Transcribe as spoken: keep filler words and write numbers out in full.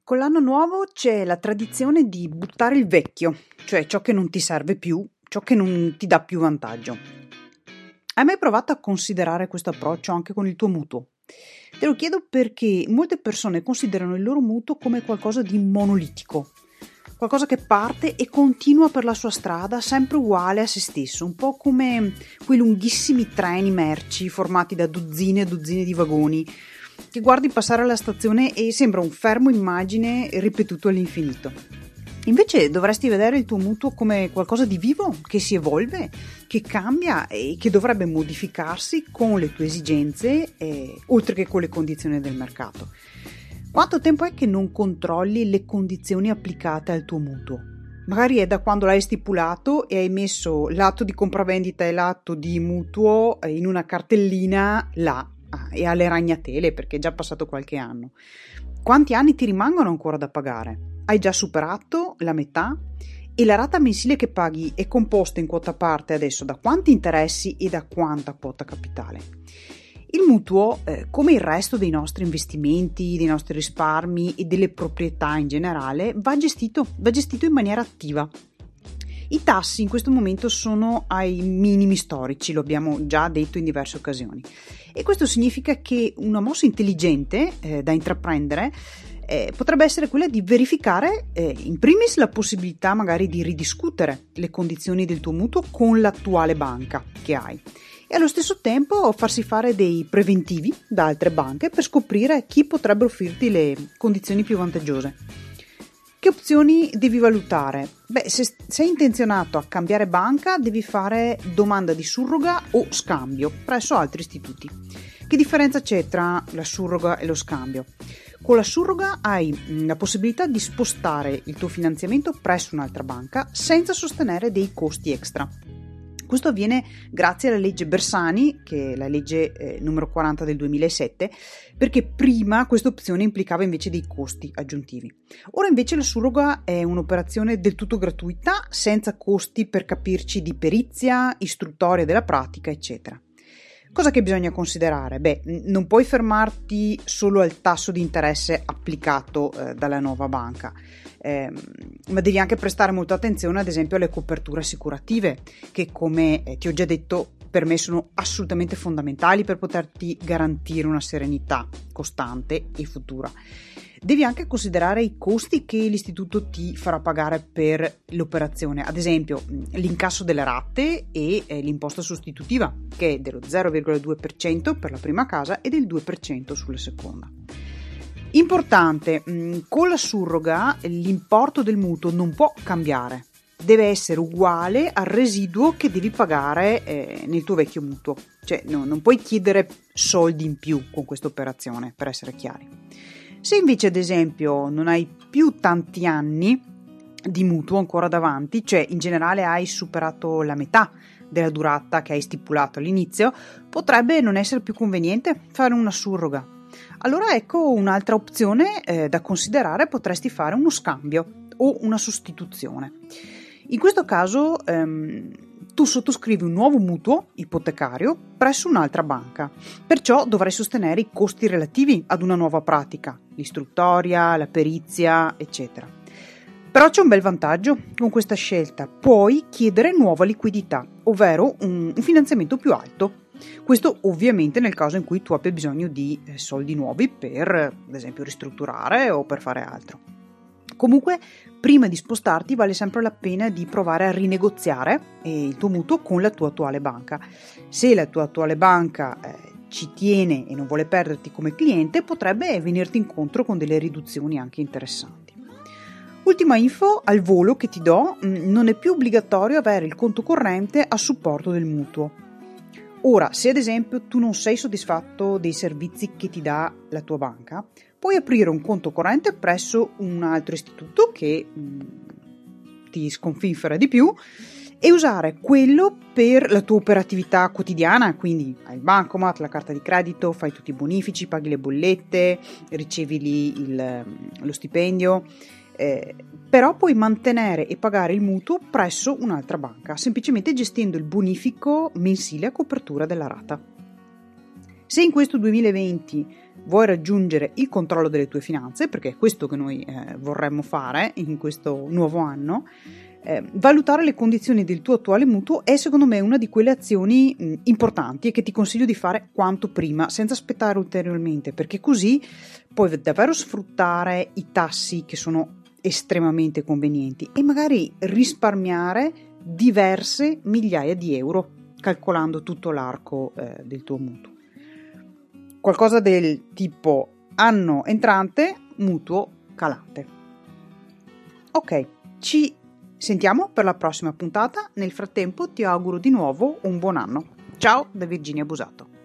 Con l'anno nuovo c'è la tradizione di buttare il vecchio, cioè ciò che non ti serve più, ciò che non ti dà più vantaggio. Hai mai provato a considerare questo approccio anche con il tuo mutuo? Te lo chiedo perché molte persone considerano il loro mutuo come qualcosa di monolitico, qualcosa che parte e continua per la sua strada sempre uguale a se stesso, un po' come quei lunghissimi treni merci formati da dozzine e dozzine di vagoni che guardi passare alla stazione e sembra un fermo immagine ripetuto all'infinito. Invece dovresti vedere il tuo mutuo come qualcosa di vivo, che si evolve, che cambia e che dovrebbe modificarsi con le tue esigenze, eh, oltre che con le condizioni del mercato. Quanto tempo è che non controlli le condizioni applicate al tuo mutuo? Magari è da quando l'hai stipulato e hai messo l'atto di compravendita e l'atto di mutuo in una cartellina là e alle ragnatele perché è già passato qualche anno. Quanti anni ti rimangono ancora da pagare? Hai già superato la metà? E la rata mensile che paghi è composta in quota parte adesso da quanti interessi e da quanta quota capitale? Il mutuo, eh, come il resto dei nostri investimenti, dei nostri risparmi e delle proprietà in generale, va gestito, va gestito in maniera attiva. I tassi in questo momento sono ai minimi storici, lo abbiamo già detto in diverse occasioni, e questo significa che una mossa intelligente eh, da intraprendere eh, potrebbe essere quella di verificare eh, in primis la possibilità magari di ridiscutere le condizioni del tuo mutuo con l'attuale banca che hai e allo stesso tempo farsi fare dei preventivi da altre banche per scoprire chi potrebbe offrirti le condizioni più vantaggiose. Che opzioni devi valutare? Beh, se sei intenzionato a cambiare banca, devi fare domanda di surroga o scambio presso altri istituti. Che differenza c'è tra la surroga e lo scambio? Con la surroga hai la possibilità di spostare il tuo finanziamento presso un'altra banca senza sostenere dei costi extra. Questo avviene grazie alla legge Bersani, che è la legge eh, numero quaranta del duemilasette, perché prima questa opzione implicava invece dei costi aggiuntivi. Ora invece la surroga è un'operazione del tutto gratuita, senza costi per capirci di perizia, istruttoria della pratica, eccetera. Cosa che bisogna considerare? Beh, non puoi fermarti solo al tasso di interesse applicato eh, dalla nuova banca, eh, ma devi anche prestare molta attenzione ad esempio alle coperture assicurative che, come eh, ti ho già detto, per me sono assolutamente fondamentali per poterti garantire una serenità costante e futura. Devi anche considerare i costi che l'istituto ti farà pagare per l'operazione, ad esempio l'incasso delle rate e eh, l'imposta sostitutiva, che è dello zero virgola due per cento per la prima casa e del due per cento sulla seconda. Importante, mh, con la surroga l'importo del mutuo non può cambiare, deve essere uguale al residuo che devi pagare eh, nel tuo vecchio mutuo, cioè no, non puoi chiedere soldi in più con questa operazione, per essere chiari. Se invece ad esempio non hai più tanti anni di mutuo ancora davanti, cioè in generale hai superato la metà della durata che hai stipulato all'inizio, potrebbe non essere più conveniente fare una surroga. Allora ecco un'altra opzione eh, da considerare, potresti fare uno scambio o una sostituzione. In questo caso ehm, tu sottoscrivi un nuovo mutuo ipotecario presso un'altra banca, perciò dovrai sostenere i costi relativi ad una nuova pratica, l'istruttoria, la perizia, eccetera. Però c'è un bel vantaggio con questa scelta: puoi chiedere nuova liquidità, ovvero un, un finanziamento più alto. Questo ovviamente nel caso in cui tu abbia bisogno di eh, soldi nuovi per, ad esempio, ristrutturare o per fare altro. Comunque, prima di spostarti vale sempre la pena di provare a rinegoziare eh, il tuo mutuo con la tua attuale banca. Se la tua attuale banca eh, ci tiene e non vuole perderti come cliente, potrebbe venirti incontro con delle riduzioni anche interessanti. Ultima info al volo che ti do: mh, non è più obbligatorio avere il conto corrente a supporto del mutuo. Ora, se ad esempio tu non sei soddisfatto dei servizi che ti dà la tua banca, puoi aprire un conto corrente presso un altro istituto che mh, ti sconfinfera di più e usare quello per la tua operatività quotidiana, quindi hai il bancomat, la carta di credito, fai tutti i bonifici, paghi le bollette, ricevi lì il, lo stipendio. Eh, però puoi mantenere e pagare il mutuo presso un'altra banca, semplicemente gestendo il bonifico mensile a copertura della rata. Se in questo duemilaventi vuoi raggiungere il controllo delle tue finanze, perché è questo che noi eh, vorremmo fare in questo nuovo anno, eh, valutare le condizioni del tuo attuale mutuo è secondo me una di quelle azioni mh, importanti e che ti consiglio di fare quanto prima, senza aspettare ulteriormente, perché così puoi davvero sfruttare i tassi che sono estremamente convenienti e magari risparmiare diverse migliaia di euro calcolando tutto l'arco eh, del tuo mutuo. Qualcosa del tipo anno entrante, mutuo calante. Ok, ci sentiamo per la prossima puntata. Nel frattempo ti auguro di nuovo un buon anno. Ciao da Virginia Busato.